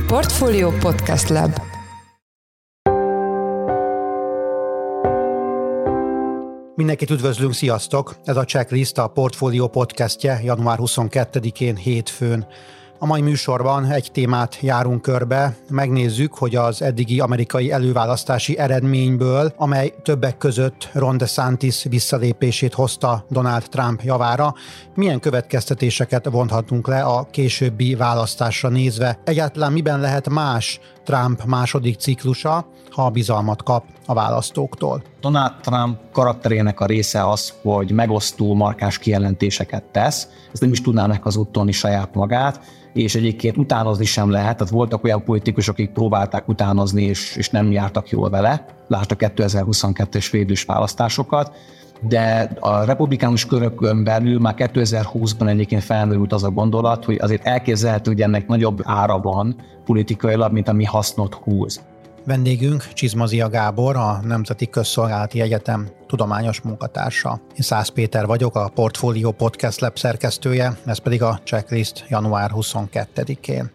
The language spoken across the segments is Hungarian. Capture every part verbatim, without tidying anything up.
Portfolio Podcast Lab. Mindenkit üdvözlünk, sziasztok! Ez a Checklist, a Portfolio podcastje január huszonkettedikén hétfőn. A mai műsorban egy témát járunk körbe, megnézzük, hogy az eddigi amerikai előválasztási eredményből, amely többek között Ron DeSantis visszalépését hozta Donald Trump javára, milyen következtetéseket vonhatunk le a későbbi választásra nézve. Egyáltalán miben lehet más Trump második ciklusa, ha bizalmat kap a választóktól? Donald Trump karakterének a része az, hogy megosztó, markáns kijelentéseket tesz, ezt nem is tudná megazudtolni saját magát, és egyébként utánozni sem lehet, tehát voltak olyan politikusok, akik próbálták utánozni, és, és nem jártak jól vele, lásd a kétezer-huszonkettes fédős választásokat, de a republikánus körökön belül már kétezer-húszban egyébként felmerült az a gondolat, hogy azért elképzelhető, hogy ennek nagyobb ára van politikailag, mint ami hasznot húz. Vendégünk Csizmazia Gábor, a Nemzeti Közszolgálati Egyetem tudományos munkatársa. Én Szász Péter vagyok, a Portfolio Podcast Lab szerkesztője, ez pedig a Checklist január huszonkettedikén.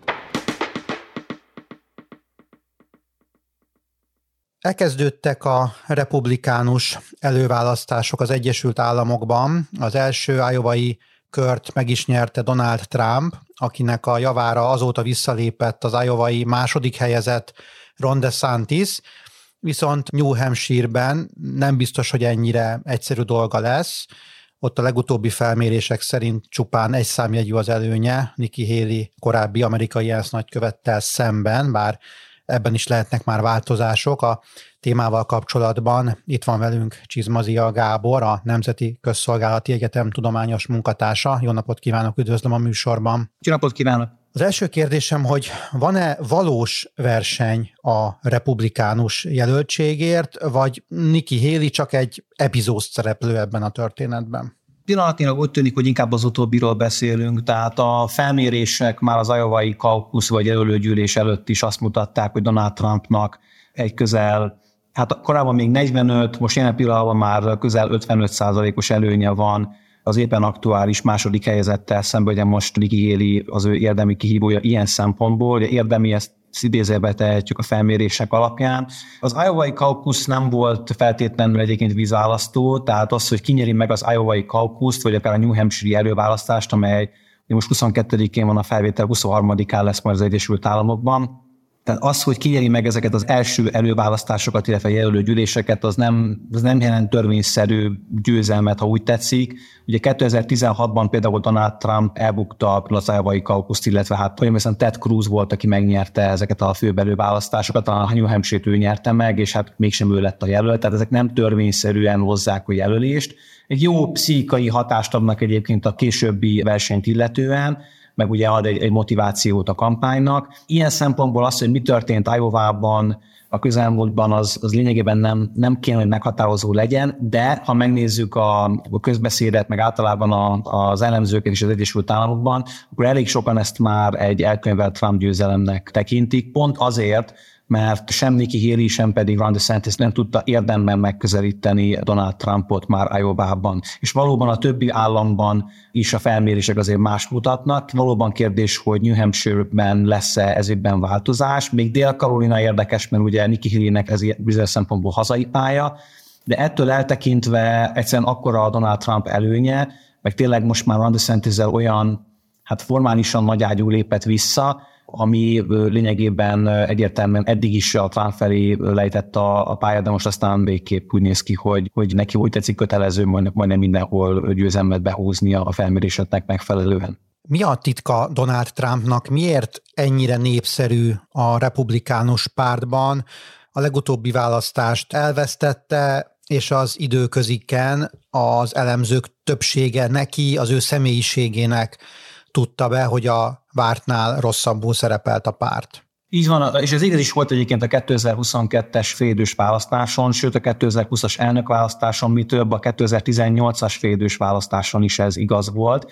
Elkezdődtek a republikánus előválasztások az Egyesült Államokban. Az első iowai kört meg is nyerte Donald Trump, akinek a javára azóta visszalépett az iowai második helyezett Ron DeSantis, viszont New Hampshire-ben nem biztos, hogy ennyire egyszerű dolga lesz. Ott a legutóbbi felmérések szerint csupán egy számjegyű az előnye Nikki Haley korábbi amerikai ENSZ nagykövettel szemben, bár ebben is lehetnek már változások. A témával kapcsolatban itt van velünk Csizmazia Gábor, a Nemzeti Közszolgálati Egyetem tudományos munkatársa. Jó napot kívánok, üdvözlöm a műsorban. Jó napot kívánok! Az első kérdésem, hogy van-e valós verseny a republikánus jelöltségért, vagy Nikki Haley csak egy epizód szereplő ebben a történetben? Pillanatnyilag úgy tűnik, hogy inkább az utóbbiról beszélünk, tehát a felmérések már az iowai kaukusz vagy jelölőgyűlés előtt is azt mutatták, hogy Donald Trumpnak egy közel, hát korábban még negyvenöt, most jelen pillanatban már közel ötvenöt százalékos előnye van az éppen aktuális második helyezettel szemben, ugye most Nikki Haley az ő érdemi kihívója ilyen szempontból, ugye érdemi, ezt idézőjelbe tehetjük a felmérések alapján. Az iowai kaukusz nem volt feltétlenül egyébként vízválasztó, tehát az, hogy kinyeri meg az iowai kaukuszt, vagy akár a New Hampshire-i előválasztást, amely most huszonkettedikén van a felvétel, huszonharmadikán lesz majd az Egyesült Államokban. Tehát az, hogy kinyeri meg ezeket az első előválasztásokat, illetve jelölőgyűléseket, az nem, az nem jelent törvényszerű győzelmet, ha úgy tetszik. Ugye kétezer-tizenhatban például Donald Trump elbukta az iowai kaukuszt, illetve hát olyan Ted Cruz volt, aki megnyerte ezeket a főbb előválasztásokat, talán a New Hampshire-t ő nyerte meg, és hát mégsem ő lett a jelölt, tehát ezek nem törvényszerűen hozzák a jelölést. Egy jó pszichikai hatást adnak egyébként a későbbi versenyt illetően, meg ugye ad egy, egy motivációt a kampánynak. Ilyen szempontból az, hogy mi történt Iowában a közelmúltban, az, az lényegében nem, nem kéne, hogy meghatározó legyen, de ha megnézzük a, a közbeszédet, meg általában a, az elemzőket is az Egyesült Államokban, akkor elég sokan ezt már egy elkönyvelt Trump győzelemnek tekintik, pont azért, mert sem Nikki Haley, sem pedig Ron DeSantis nem tudta érdemben megközelíteni Donald Trumpot már Iowában. És valóban a többi államban is a felmérések azért más mutatnak. Valóban kérdés, hogy New Hampshire-ben lesz-e ezügyben változás. Még Dél-Carolina érdekes, mert ugye Nikki Haleynek ez bizonyos szempontból hazai pálya, de ettől eltekintve egyszerűen akkora a Donald Trump előnye, meg tényleg most már Ron DeSantis-zel olyan, hát formálisan nagyágyú lépett vissza, ami lényegében egyértelműen eddig is a Trump felé lejtett a, a pálya, de most aztán végképp úgy néz ki, hogy, hogy neki úgy tetszik kötelező majdnem mindenhol győzelmet behúznia a felméréseknek megfelelően. Mi a titka Donald Trumpnak? Miért ennyire népszerű a republikánus pártban? A legutóbbi választást elvesztette, és az időköziken az elemzők többsége neki, az ő személyiségének tudta be, hogy a vártnál rosszabbul szerepelt a párt. Így van, és ez igaz is volt egyébként a kétezer-huszonkettes félidős választáson, sőt a kétezer-húszas elnökválasztáson, mi több a kétezer-tizennyolcas félidős választáson is ez igaz volt.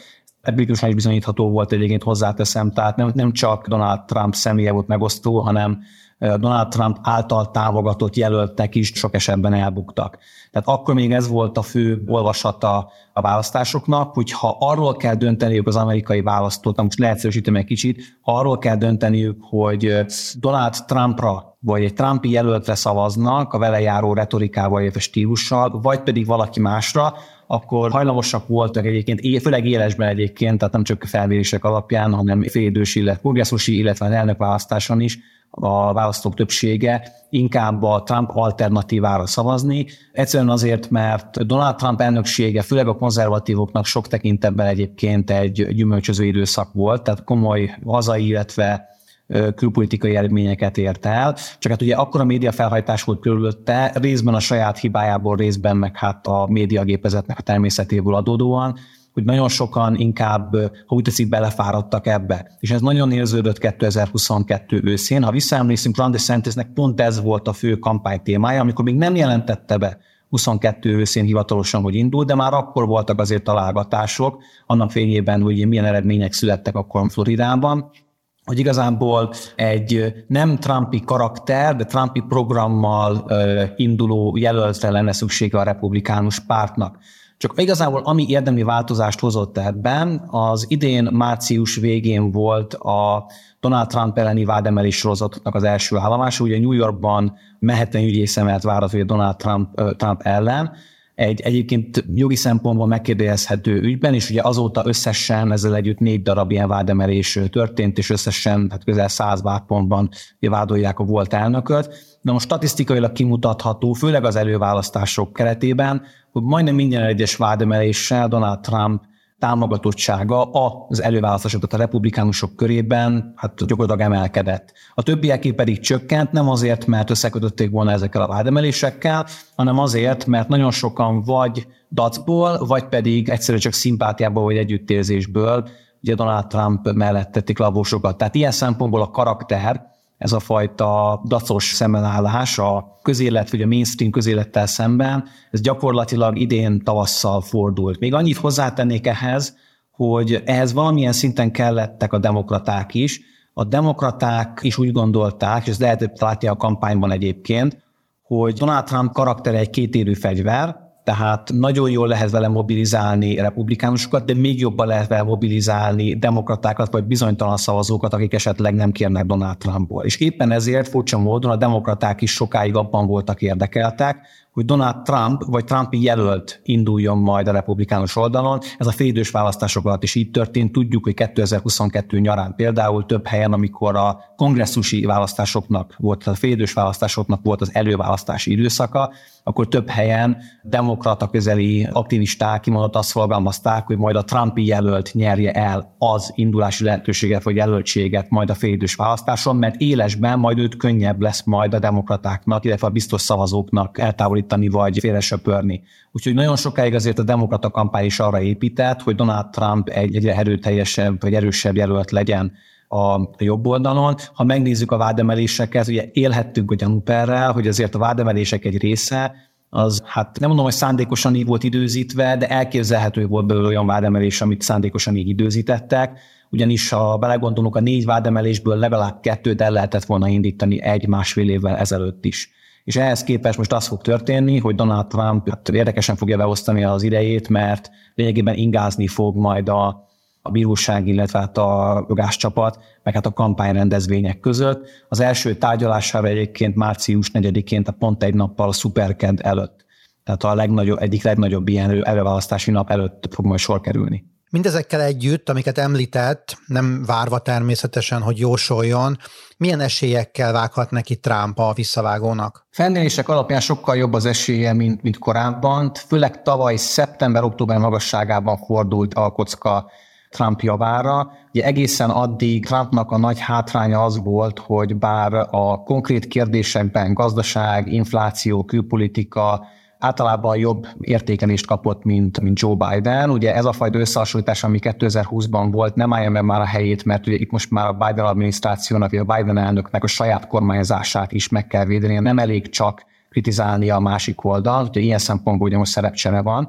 empirikusan is bizonyítható volt egyébként, hozzáteszem, tehát nem, nem csak Donald Trump személye volt megosztó, hanem Donald Trump által támogatott jelöltek is sok esetben elbuktak. Tehát akkor még ez volt a fő olvasata a választásoknak, hogy ha arról kell dönteniük az amerikai választók, most leegyszerűsítem egy kicsit, ha arról kell dönteniük, hogy Donald Trumpra vagy egy Trumpi jelöltre szavaznak a vele járó retorikával, illetve stílussal, vagy pedig valaki másra, akkor hajlamosak voltak egyébként, főleg élesben egyébként, tehát nem csak a felmérések alapján, hanem félidős, illetve kongresszusi, illetve az elnökválasztáson is a választók többsége inkább a Trump alternatívára szavazni. Egyszerűen azért, mert Donald Trump elnöksége, főleg a konzervatívoknak sok tekintetben egyébként egy gyümölcsöző időszak volt, tehát komoly hazai, illetve külpolitikai eredményeket ért el. Csak hát ugye akkora média felhajtás volt körülötte, részben a saját hibájából, részben meg hát a médiagépezetnek a természetéből adódóan, hogy nagyon sokan inkább, ha úgy teszik, belefáradtak ebbe. És ez nagyon érződött kétezer-huszonkettő őszén. Ha visszaemlékszünk, Ron DeSantisnek pont ez volt a fő kampány témája, amikor még nem jelentette be huszonkettő őszén hivatalosan, hogy indul, de már akkor voltak azért találgatások, annak fényében, hogy milyen eredmények születtek akkor Floridában, hogy igazából egy nem Trumpi karakter, de Trumpi programmal induló jelöltre lenne szüksége a republikánus pártnak. Csak igazából ami érdemi változást hozott ebben, az idén március végén volt a Donald Trump elleni vádemelés sorozatnak az első állomása. Ugye New Yorkban Manhattan ügyész emelt vádat, hogy Donald Trump, Trump ellen, egy egyébként jogi szempontból megkérdezhető ügyben, és ugye azóta összesen ezzel együtt négy darab ilyen vádemelés történt, és összesen hát közel száz vádpontban vádolják a volt elnököt. De most statisztikailag kimutatható, főleg az előválasztások keretében, hogy majdnem minden egyes vádemeléssel Donald Trump támogatottsága az előválasztásokat a republikánusok körében hát gyakorlatilag emelkedett. A többieké pedig csökkent, nem azért, mert összekötötték volna ezekkel a vádemelésekkel, hanem azért, mert nagyon sokan vagy dacból, vagy pedig egyszerűen csak szimpátiából vagy együttérzésből ugye Donald Trump mellett tették le a voksokat. Tehát ilyen szempontból a karakter, ez a fajta dacos szembenállás a közélet, vagy a mainstream közélettel szemben, ez gyakorlatilag idén tavasszal fordult. Még annyit hozzátennék ehhez, hogy ehhez valamilyen szinten kellettek a demokraták is. A demokraták is úgy gondolták, és ez lehet látni a kampányban egyébként, hogy Donald Trump karaktere egy kétérű fegyver, tehát nagyon jól lehet vele mobilizálni republikánusokat, de még jobban lehet vele mobilizálni demokratákat, vagy bizonytalan szavazókat, akik esetleg nem kérnek Donald Trumpból. És éppen ezért furcsa módon a demokraták is sokáig abban voltak érdekeltek, hogy Donald Trump vagy Trumpi jelölt induljon majd a republikánus oldalon. Ez a félidős választások alatt is így történt. Tudjuk, hogy kétezer-huszonkettő nyarán például több helyen, amikor a kongresszusi választásoknak volt, a félidős választásoknak volt az előválasztási időszaka, akkor több helyen demokrata közeli aktivisták kimondott azt fogalmazták, hogy majd a Trumpi jelölt nyerje el az indulási lehetőséget vagy jelöltséget majd a félidős választáson, mert élesben majd őt könnyebb lesz majd a demokratáknak, illetve a biztos szavazóknak eltávolítani vagy félresöpörni. Úgyhogy nagyon sokáig azért a demokrata kampány is arra épített, hogy Donald Trump egy egyre erőteljesebb vagy erősebb jelölt legyen a jobb oldalon. Ha megnézzük a vádemeléseket, ugye élhettünk a gyanúperrel, hogy azért a vádemelések egy része, az hát nem mondom, hogy szándékosan így volt időzítve, de elképzelhető volt belőle olyan vádemelés, amit szándékosan így időzítettek, ugyanis ha belegondolunk, a négy vádemelésből legalább kettőt el lehetett volna indítani egy-másfél évvel ezelőtt is. És ehhez képest most az fog történni, hogy Donald Trump hát érdekesen fogja beosztani az idejét, mert lényegében ingázni fog majd a a bíróság, illetve hát a jogászcsapat, meg hát a kampányrendezvények között. Az első tárgyalására egyébként március negyedikén, tehát pont egy nappal a Superked előtt. Tehát a legnagyobb, egyik legnagyobb ilyen előválasztási nap előtt fog majd sor kerülni. Mindezekkel együtt, amiket említett, nem várva természetesen, hogy jósoljon, milyen esélyekkel vághat neki Trump a visszavágónak? Felmérések alapján sokkal jobb az esélye, mint, mint korábban. Főleg tavaly szeptember-október magasságában fordult a kocka Trump javára. Ugye egészen addig Trumpnak a nagy hátránya az volt, hogy bár a konkrét kérdésekben gazdaság, infláció, külpolitika általában jobb értékelést kapott, mint, mint Joe Biden. Ugye ez a fajta összehasonlítás, ami kétezer-húszban volt, nem állja meg már a helyét, mert ugye itt most már a Biden adminisztrációnak, vagy a Biden elnöknek a saját kormányzását is meg kell védeni. Nem elég csak kritizálni a másik oldalt, ugye ilyen szempontból ugye most szerepcsere van.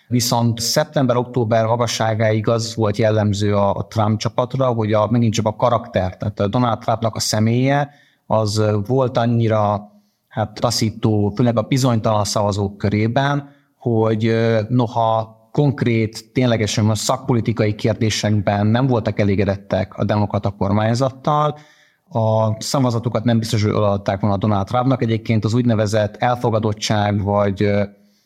Viszont szeptember-október magasságáig az volt jellemző a Trump csapatra, hogy a, megint csak a karakter, tehát a Donald Trumpnak a személye, az volt annyira hát taszító, főleg a bizonytalan szavazók körében, hogy noha konkrét, ténylegesen a szakpolitikai kérdésekben nem voltak elégedettek a demokrata kormányzattal, a szavazatokat nem biztos, hogy odaadták volna Donald Trumpnak. Egyébként az úgynevezett elfogadottság vagy ö,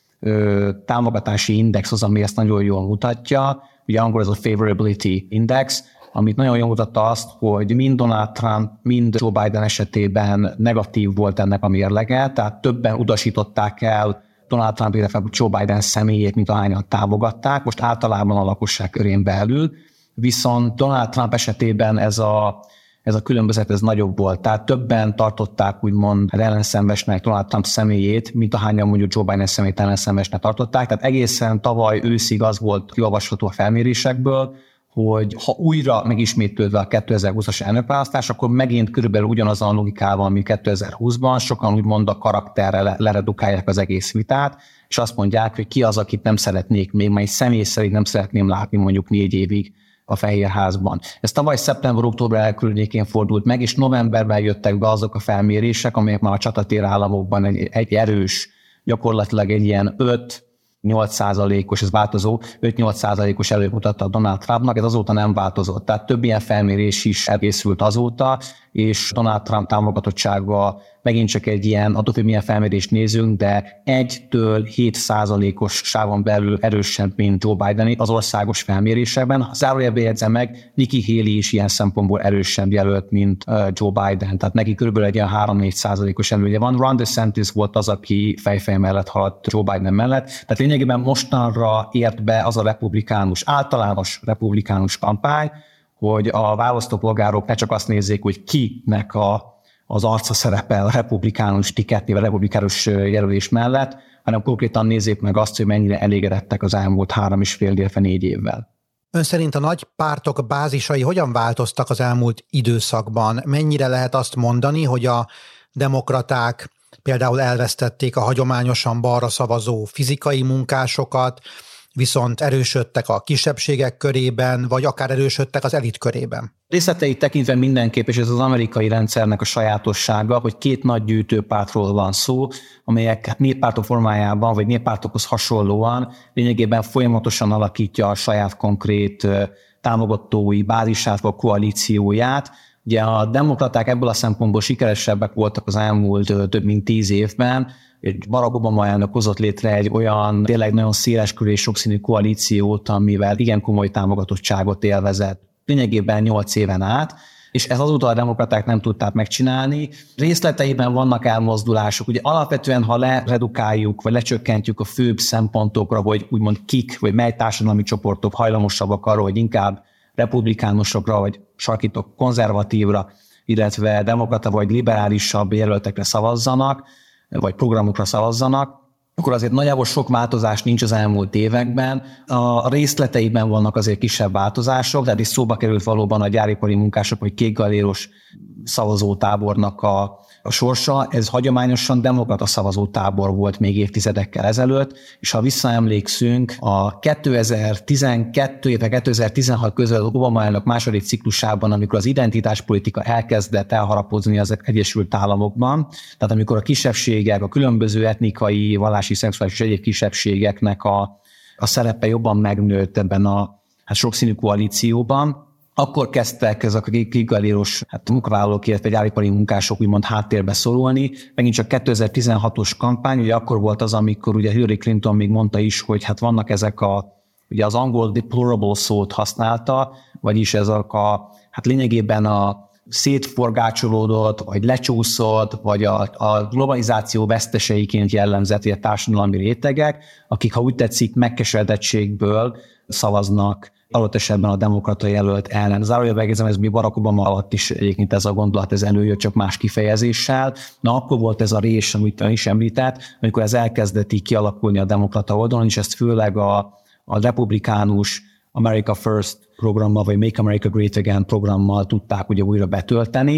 ö, támogatási index az, ami ezt nagyon jól mutatja. Ugye angol ez a favorability index, amit nagyon jól mutatta azt, hogy mind Donald Trump, mind Joe Biden esetében negatív volt ennek a mérlege, tehát többen utasították el Donald Trump, illetve Joe Biden személyét, mint ahányan támogatták, most általában a lakosság körén belül, viszont Donald Trump esetében ez a, ez a különbözet ez nagyobb volt, tehát többen tartották úgymond ellenszenvesnek Donald Trump személyét, mint ahányan mondjuk Joe Biden személyét ellenszenvesnek tartották, tehát egészen tavaly őszig az volt kiolvasható a felmérésekből, hogy ha újra megismétlődve a kétezer-húszas elnökválasztás, akkor megint körülbelül ugyanazon a logikával, mint kétezer-húszban, sokan úgymond a karakterre leredukálják az egész vitát, és azt mondják, hogy ki az, akit nem szeretnék még, majd személy szerint nem szeretném látni mondjuk négy évig a Fehérházban. Ez tavaly szeptember-október környékén fordult meg, és novemberben jöttek be azok a felmérések, amelyek már a csatatér államokban egy, egy erős, gyakorlatilag egy ilyen öt nyolc százalékos, ez változó, öt-nyolc százalékos előtt mutatta a Donald Trumpnak, ez azóta nem változott. Tehát több ilyen felmérés is elkészült azóta, és Donald Trump támogatottsága megint csak egy ilyen, attól, hogy milyen felmérést nézünk, de egytől hét százalékos sávon belül erősebb, mint Joe Biden az országos felmérésekben. Zárójelbe jegyzem meg, Nikki Haley is ilyen szempontból erősebb jelölt, mint Joe Biden, tehát neki körülbelül egy ilyen három-négy százalékos előnye van. Ron DeSantis volt az, aki fejfej mellett haladt Joe Biden mellett, tehát lényegében mostanra ért be az a republikánus, általános republikánus kampány, hogy a választópolgárok ne csak azt nézzék, hogy kinek a, az arca szerepel a republikánus tiketnével, a republikánus jelölés mellett, hanem konkrétan nézzék meg azt, hogy mennyire elégedettek az elmúlt három és fél, illetve négy évvel. Ön szerint a nagy pártok bázisai hogyan változtak az elmúlt időszakban? Mennyire lehet azt mondani, hogy a demokraták például elvesztették a hagyományosan balra szavazó fizikai munkásokat, viszont erősödtek a kisebbségek körében, vagy akár erősödtek az elit körében? Részleteit tekintve mindenképp, és ez az amerikai rendszernek a sajátossága, hogy két nagy gyűjtőpártról van szó, amelyek néppártok formájában, vagy néppártokhoz hasonlóan lényegében folyamatosan alakítja a saját konkrét támogatói bázisát, vagy koalícióját. Ugye a demokraták ebből a szempontból sikeresebbek voltak az elmúlt több mint tíz évben, Barack Obama elnök hozott létre egy olyan tényleg nagyon széleskörű és sokszínű koalíciót, amivel igen komoly támogatottságot élvezett lényegében nyolc éven át, és ez azóta a demokraták nem tudták megcsinálni. Részleteiben vannak elmozdulások. Ugye alapvetően, ha leredukáljuk, vagy lecsökkentjük a főbb szempontokra, hogy úgymond kik, vagy mely társadalmi csoportok hajlamosabbak arra, hogy inkább republikánusokra, vagy sarkítok konzervatívra, illetve demokrata vagy liberálisabb jelöltekre szavazzanak, vagy programokra szavazzanak, akkor azért nagyjából sok változás nincs az elmúlt években. A részleteiben vannak azért kisebb változások, tehát is szóba került valóban a gyáripari munkások vagy kékgaléros szavazótábornak a, a sorsa. Ez hagyományosan demokrata szavazótábor volt még évtizedekkel ezelőtt, és ha visszaemlékszünk, a kétezer-tizenkettő, illetve kétezer-tizenhat között az Obama elnök második ciklusában, amikor az identitáspolitika elkezdett elharapozni az Egyesült Államokban, tehát amikor a kisebbségek, a különböző etnikai, vallási, szexuális és egyéb kisebbségeknek a, a szerepe jobban megnőtt ebben a hát sokszínű koalícióban, akkor kezdtek ezek a kékgaléros hát, munkavállalók, illetve gyáripari munkások úgymond háttérbe szorulni. Megint csak kétezer-tizenhatos kampány, ugye akkor volt az, amikor ugye Hillary Clinton még mondta is, hogy hát vannak ezek a, ugye az angol deplorable szót használta, vagyis ezek a, hát lényegében a szétforgácsolódott, vagy lecsúszott, vagy a, a globalizáció veszteseiként jellemzett ilyen társadalmi rétegek, akik, ha úgy tetszik, megkeseredettségből szavaznak adott esetben a demokrata jelölt ellen. Zárójelbe megjegyzem, ez még Barack Obama alatt is egyébként ez a gondolat, ez előjött csak más kifejezéssel. Na, akkor volt ez a rés, amit ön is említett, amikor ez elkezdett így kialakulni a demokrata oldalon, és ezt főleg a, a republikánus America First programmal, vagy Make America Great Again programmal tudták ugye újra betölteni.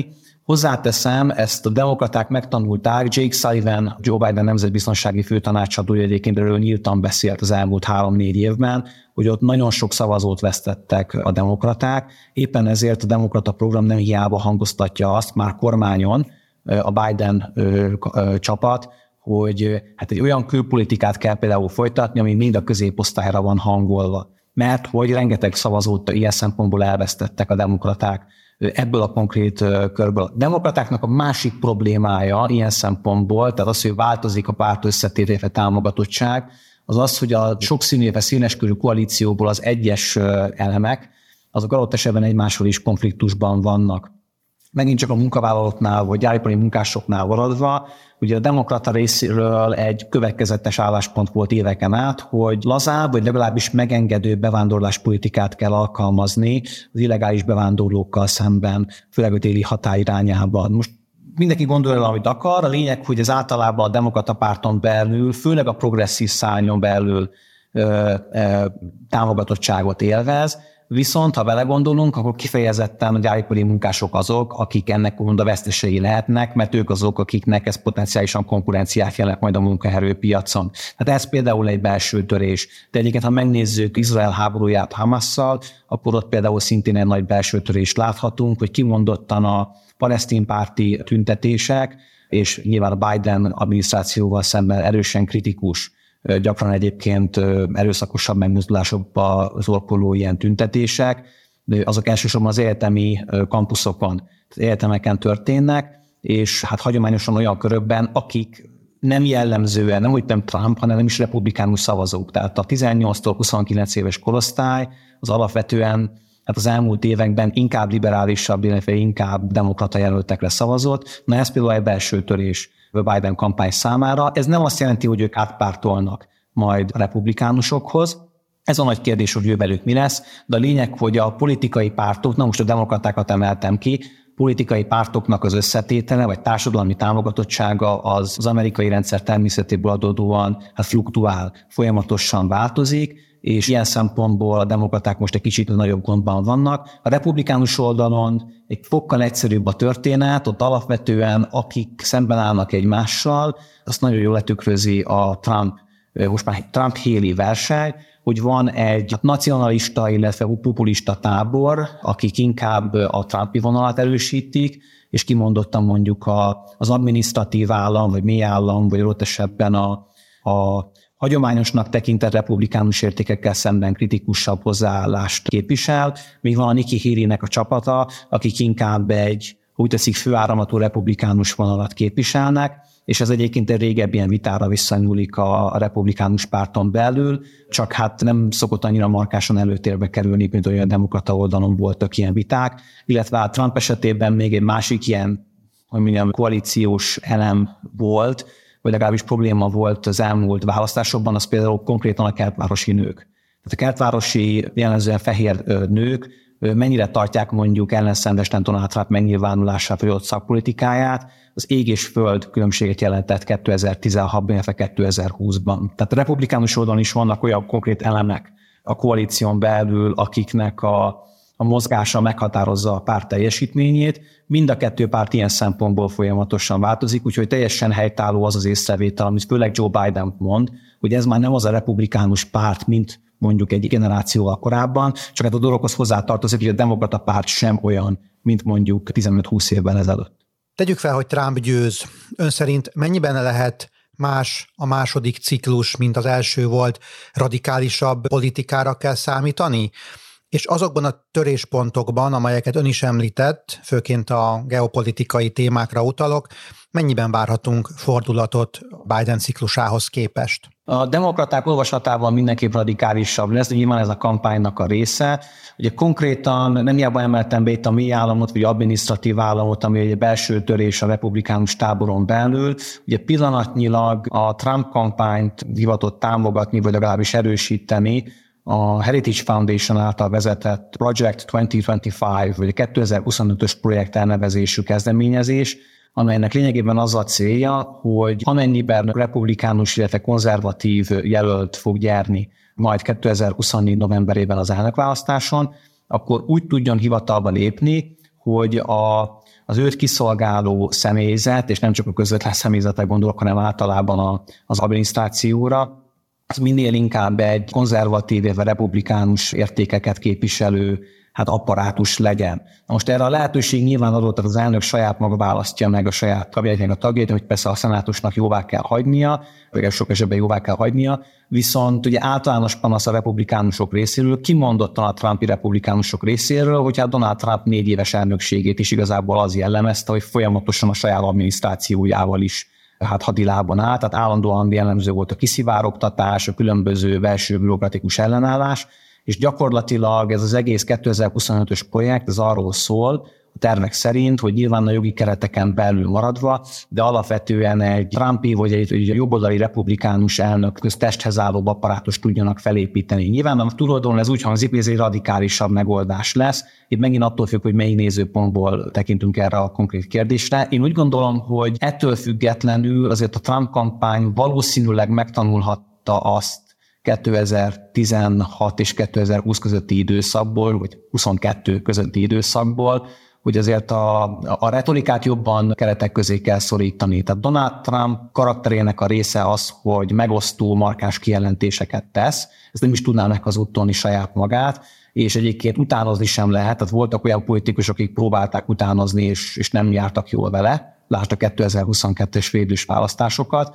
Hozzáteszem, ezt a demokraták megtanulták, Jake Sullivan, Joe Biden nemzetbiztonsági főtanácsadója egyébként erről nyíltan beszélt az elmúlt három-négy évben, hogy ott nagyon sok szavazót vesztettek a demokraták, éppen ezért a demokrata program nem hiába hangoztatja azt már kormányon, a Biden ö, ö, csapat, hogy hát egy olyan külpolitikát kell például folytatni, ami mind a középosztályra van hangolva. Mert hogy rengeteg szavazót ilyen szempontból elvesztettek a demokraták ebből a konkrét körből. A demokratáknak a másik problémája ilyen szempontból, tehát az, hogy változik a párt összetétele támogatottság, az az, hogy a sokszínű, illetve széleskörű koalícióból az egyes elemek, azok adott esetben egymással is konfliktusban vannak. Megint csak a munkavállalóknál, vagy gyáripari munkásoknál maradva, ugye a demokrata részéről egy következetes álláspont volt éveken át, hogy lazább, vagy legalábbis megengedő bevándorláspolitikát kell alkalmazni az illegális bevándorlókkal szemben, főleg a téli határ irányában. Most mindenki gondol el, amit akar, a lényeg, hogy ez általában a demokrata párton belül, főleg a progresszív szárnyon belül ö, ö, támogatottságot élvez, viszont, ha belegondolunk, akkor kifejezetten a gyáripari munkások azok, akik ennek úgymond a vesztesei lehetnek, mert ők azok, akiknek ez potenciálisan konkurenciát jelent majd a munkaerőpiacon. Tehát ez például egy belső törés. De egyébként, ha megnézzük Izrael háborúját Hamasszal, akkor ott például szintén egy nagy belső törést láthatunk, hogy kimondottan a palesztin párti tüntetések, és nyilván a Biden adminisztrációval szemben erősen kritikus, gyakran egyébként erőszakosabb megmozdulásokba zorkoló ilyen tüntetések, azok elsősorban az egyetemi kampuszokon, az egyetemeken történnek, és hát hagyományosan olyan körökben, akik nem jellemzően, nem úgy nem Trump, hanem nem is republikánus szavazók. Tehát a tizennyolctól huszonkilenc éves korosztály az alapvetően hát az elmúlt években inkább liberálisabb, illetve inkább demokrata jelöltekre szavazott. Na ez például egy belső törés a Biden kampány számára. Ez nem azt jelenti, hogy ők átpártolnak majd a republikánusokhoz. Ez a nagy kérdés, hogy jövőbelük mi lesz, de a lényeg, hogy a politikai pártok, na most a demokratákat emeltem ki, politikai pártoknak az összetétele, vagy társadalmi támogatottsága az, az amerikai rendszer természetéből adódóan hát fluktuál, folyamatosan változik, és ilyen szempontból a demokraták most egy kicsit nagyobb gondban vannak. A republikánus oldalon egy fokkal egyszerűbb a történet, ott alapvetően akik szemben állnak egymással, azt nagyon jól letükrözi a Trump, most már Trump-Haley verseny, hogy van egy nacionalista, illetve populista tábor, akik inkább a Trumpi vonalat erősítik, és kimondottan mondjuk a, az adminisztratív állam, vagy mély állam, vagy ott esetben a, a hagyományosnak tekintett republikánus értékekkel szemben kritikusabb hozzáállást képvisel, míg van a Nikki Haley-nek a csapata, akik inkább egy, úgy teszik, főáramatú republikánus vonalat képviselnek, és ez egyébként egy régebbi ilyen vitára visszanyúlik a republikánus párton belül, csak hát nem szokott annyira markásan előtérbe kerülni, mint olyan demokrata oldalon voltak ilyen viták, illetve a Trump esetében még egy másik ilyen, hogy mondjam, koalíciós elem volt, vagy legalábbis probléma volt az elmúlt választásokban, az például konkrétan a kertvárosi nők. Tehát a kertvárosi jellemzően fehér nők mennyire tartják mondjuk ellenszenvesen Donald Trump megnyilvánulását, vagy ott szakpolitikáját, az ég és föld különbséget jelentett kétezer-tizenhatban, illetve kétezer-húszban. Tehát a republikánus oldalon is vannak olyan konkrét elemek a koalíción belül, akiknek a, a mozgása meghatározza a párt teljesítményét. Mind a kettő párt ilyen szempontból folyamatosan változik, úgyhogy teljesen helytálló az az észrevétel, amit főleg Joe Biden mond, hogy ez már nem az a republikánus párt, mint mondjuk egy generációval korábban, csak hát a dologhoz hozzátartozik, hogy a demokrata párt sem olyan, mint mondjuk tizenöt-húsz évvel ezelőtt. Tegyük fel, hogy Trump győz. Ön szerint mennyiben lehet más a második ciklus, mint az első volt, radikálisabb politikára kell számítani? És azokban a töréspontokban, amelyeket ön is említett, főként a geopolitikai témákra utalok, mennyiben várhatunk fordulatot Biden ciklusához képest? A demokraták olvasatával mindenképp radikálisabb lesz, de nyilván ez a kampánynak a része. Ugye konkrétan nem hiába emeltem be itt a mély államot, vagy adminisztratív államot, ami egy belső törés a republikánus táboron belül. Ugye pillanatnyilag a Trump kampányt hivatott támogatni, vagy legalábbis erősíteni a Heritage Foundation által vezetett Project kétezer-huszonöt, vagy a kétezer-huszonötös projekt elnevezésű kezdeményezés, amelynek lényegében az a célja, hogy amennyiben republikánus, illetve konzervatív jelölt fog gyerni majd kétezer-huszonnégy novemberében az elnökválasztáson, akkor úgy tudjon hivatalba lépni, hogy a, az őt kiszolgáló személyzet, és nem csak a közvetlen személyzetre gondolok, hanem általában a, az adminisztrációra, az minél inkább egy konzervatív, illetve republikánus értékeket képviselő hát apparátus legyen. Na most erre a lehetőség nyilván adott, tehát az elnök saját maga választja meg a saját kabinetjének a tagjait, hogy persze a szenátusnak jóvá kell hagynia, vagy sok esetben jóvá kell hagynia, viszont ugye általános panasz a republikánusok részéről, kimondottan a Trumpi republikánusok részéről, hogy hát Donald Trump négy éves elnökségét is igazából az jellemezte, hogy folyamatosan a saját adminisztrációjával is hát hadilában áll, tehát állandóan jellemző volt a kiszivárogtatás, a különböző belső bürokratikus ellenállás, és gyakorlatilag ez az egész kétezer-huszonötös projekt, ez arról szól, a tervek szerint, hogy nyilván a jogi kereteken belül maradva, de alapvetően egy Trumpi vagy egy, egy jobboldali republikánus elnök testhez álló apparátust tudjanak felépíteni. Nyilván a tulajdon ez úgy hangzik, hogy ez egy radikálisabb megoldás lesz. Itt megint attól függ, hogy mely nézőpontból tekintünk erre a konkrét kérdésre. Én úgy gondolom, hogy ettől függetlenül azért a Trump kampány valószínűleg megtanulhatta azt kétezer-tizenhat és kétezer-húsz közötti időszakból, vagy huszonkettő közötti időszakból, hogy azért a, a retorikát jobban keretek közé kell szorítani. Tehát Donald Trump karakterének a része az, hogy megosztó, markáns kijelentéseket tesz, ezt nem is tudná meghazudtolni saját magát, és egyébként utánozni sem lehet, tehát voltak olyan politikusok, akik próbálták utánozni, és, és nem jártak jól vele, lásd a kétezer-huszonkettes védős választásokat,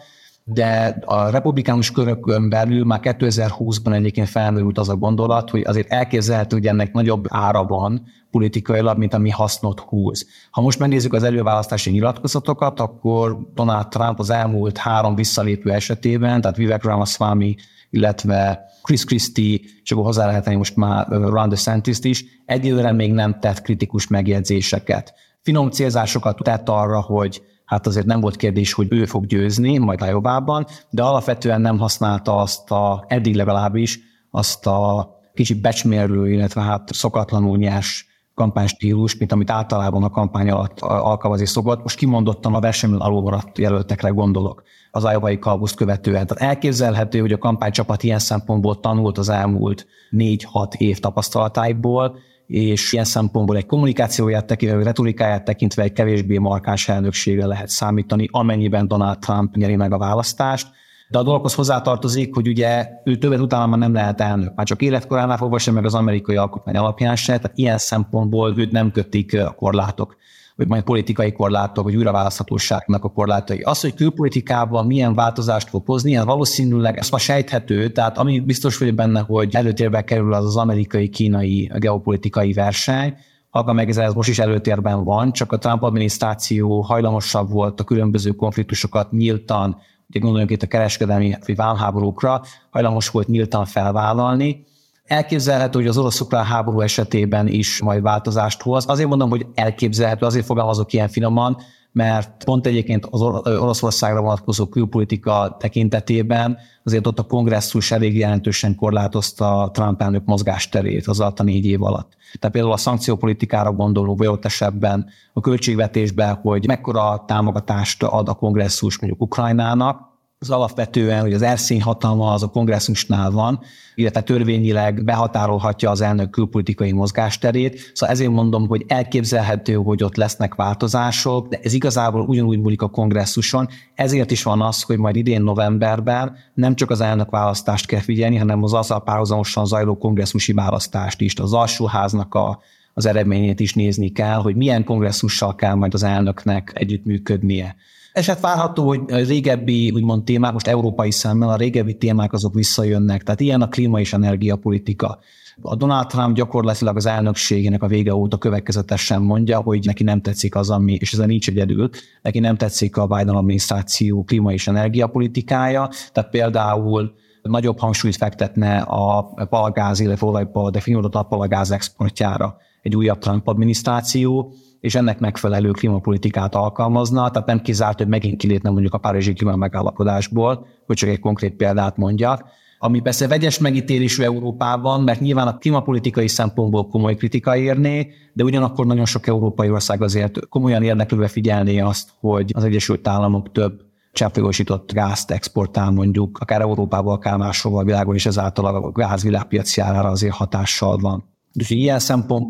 de a republikánus körökön belül már kétezer-húszban egyébként felmerült az a gondolat, hogy azért elképzelhető, hogy ennek nagyobb ára van politikailag, mint ami hasznot húz. Ha most megnézzük az előválasztási nyilatkozatokat, akkor Donald Trump az elmúlt három visszalépő esetében, tehát Vivek Ramaswamy, illetve Chris Christie, és akkor hozzá lehet tenni most már Ron DeSantis is, egyelőre még nem tett kritikus megjegyzéseket. Finom célzásokat tett arra, hogy hát azért nem volt kérdés, hogy ő fog győzni, majd Iowában, de alapvetően nem használta azt a, eddig legalábbis, azt a kicsit becsmérlő, illetve hát szokatlanul nyers kampánystílus, mint amit általában a kampány alatt alkalmazni szokott. Most kimondottan a versenyből alulmaradt jelöltekre gondolok az iowai kampuszt követően. Tehát elképzelhető, hogy a kampánycsapat ilyen szempontból tanult az elmúlt négy-hat év tapasztalatáiból, és ilyen szempontból egy kommunikációját tekintve, vagy retorikáját tekintve egy kevésbé markáns elnökségre lehet számítani, amennyiben Donald Trump nyeri meg a választást. De a dologhoz hozzátartozik, hogy ugye ő többet utána már nem lehet elnök, már csak életkoránál fogva sem, meg az amerikai alkotmány alapján se, tehát ilyen szempontból őt nem kötik a korlátok, vagy majd politikai korlátok, vagy újraválaszthatóságnak a korlátai. Az, hogy külpolitikában milyen változást fog hozni, ilyen valószínűleg ez ma sejthető, tehát ami biztos vagyok benne, hogy előtérbe kerül az az amerikai-kínai geopolitikai verseny, maga meg ez most is előtérben van, csak a Trump adminisztráció hajlamosabb volt a különböző konfliktusokat nyíltan, ugye gondoljunk itt a kereskedelmi vagy vámháborúkra, hajlamos volt nyíltan felvállalni. Elképzelhető, hogy az orosz-ukrán háború esetében is majd változást hoz. Azért mondom, hogy elképzelhető, azért fogalmazok ilyen finoman, mert pont egyébként az Oroszországra vonatkozó külpolitika tekintetében azért ott a kongresszus elég jelentősen korlátozta Trump elnök mozgásterét az alatt a négy év alatt. Tehát például a szankciópolitikára gondoló, vagy ott esetben a költségvetésben, hogy mekkora támogatást ad a kongresszus mondjuk Ukrajnának, az alapvetően, hogy az erszény hatalma az a kongresszusnál van, illetve törvényileg behatárolhatja az elnök külpolitikai mozgásterét. Szóval ezért mondom, hogy elképzelhető, hogy ott lesznek változások, de ez igazából ugyanúgy múlik a kongresszuson. Ezért is van az, hogy majd idén novemberben nem csak az elnök választást kell figyelni, hanem az azzal párhuzamosan zajló kongresszusi választást is. Az alsóháznak a, az eredményét is nézni kell, hogy milyen kongresszussal kell majd az elnöknek együttműködnie. Eset várható, hogy a régebbi úgymond témák, most európai szemmel a régebbi témák azok visszajönnek. Tehát ilyen a klíma és energiapolitika. A Donald Trump gyakorlatilag az elnökségének a vége óta következetesen mondja, hogy neki nem tetszik az, ami, és ezzel nincs egyedül, neki nem tetszik a Biden adminisztráció klíma és energiapolitikája. Tehát például nagyobb hangsúlyt fektetne a palagáz, illetve olajba, de finomodott a palagáz exportjára egy újabb Trump adminisztráció, és ennek megfelelő klímapolitikát alkalmazna, tehát nem kizárt, hogy megint kilépne mondjuk a párizsi klíma megállapodásból, hogy csak egy konkrét példát mondjak, ami persze vegyes megítélésű Európában, mert nyilván a klímapolitikai szempontból komoly kritika érné, de ugyanakkor nagyon sok európai ország azért komolyan érdeklődve figyelné azt, hogy az Egyesült Államok több cseppfolyósított gázt exportál mondjuk, akár Európából, akár máshova a világon, és ezáltal a gáz világpiaci árára azért hatással van. Úgyhogy ilyen szempontból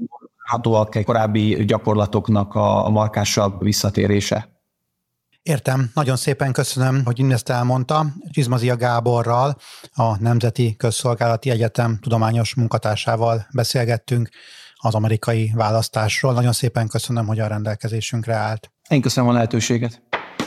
várhatóak egy korábbi gyakorlatoknak a markánsabb visszatérése. Értem. Nagyon szépen köszönöm, hogy mindezt elmondta. Csizmazia Gáborral, a Nemzeti Közszolgálati Egyetem tudományos munkatársával beszélgettünk az amerikai választásról. Nagyon szépen köszönöm, hogy a rendelkezésünkre állt. Én köszönöm a lehetőséget.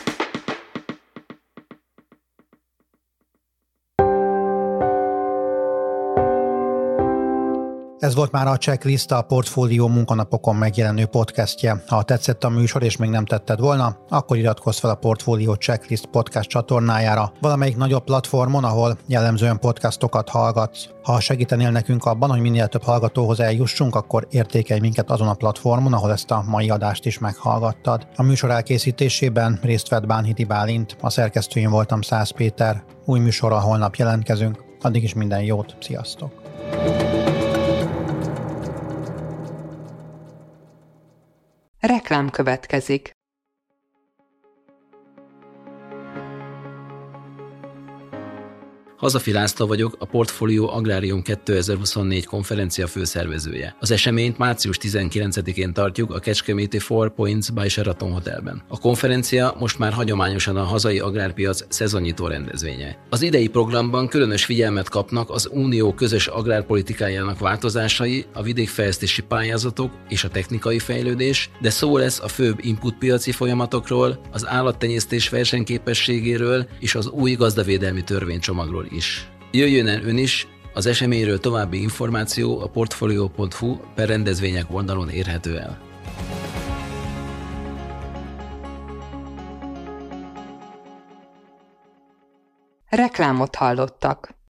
Ez volt már a Checklist, a Portfólió munkanapokon megjelenő podcastje. Ha tetszett a műsor és még nem tetted volna, akkor iratkozz fel a Portfólió Checklist podcast csatornájára, valamelyik nagyobb platformon, ahol jellemzően podcastokat hallgatsz. Ha segítenél nekünk abban, hogy minél több hallgatóhoz eljussunk, akkor értékelj minket azon a platformon, ahol ezt a mai adást is meghallgattad. A műsor elkészítésében részt vett Bánhidi Bálint, a szerkesztőjén voltam Szász Péter. Új műsorral holnap jelentkezünk. Addig is minden jót, sziasztok! Reklám következik. Hazafi László vagyok, a Portfólió Agrárium kétezer-huszonnégy konferencia főszervezője. Az eseményt március tizenkilencedikén tartjuk a Kecskeméti Four Points by Sheraton Hotelben. A konferencia most már hagyományosan a hazai agrárpiac szezonnyitó rendezvénye. Az idei programban különös figyelmet kapnak az Unió közös agrárpolitikájának változásai, a vidékfejlesztési pályázatok és a technikai fejlődés, de szó lesz a főbb inputpiaci folyamatokról, az állattenyésztés versenyképességéről és az új gazdavédelmi törvénycsomagról is. Jöjjön el ön is, az eseményről további információ a portfolio pont hu per rendezvények oldalon érhető el. Reklámot hallottak.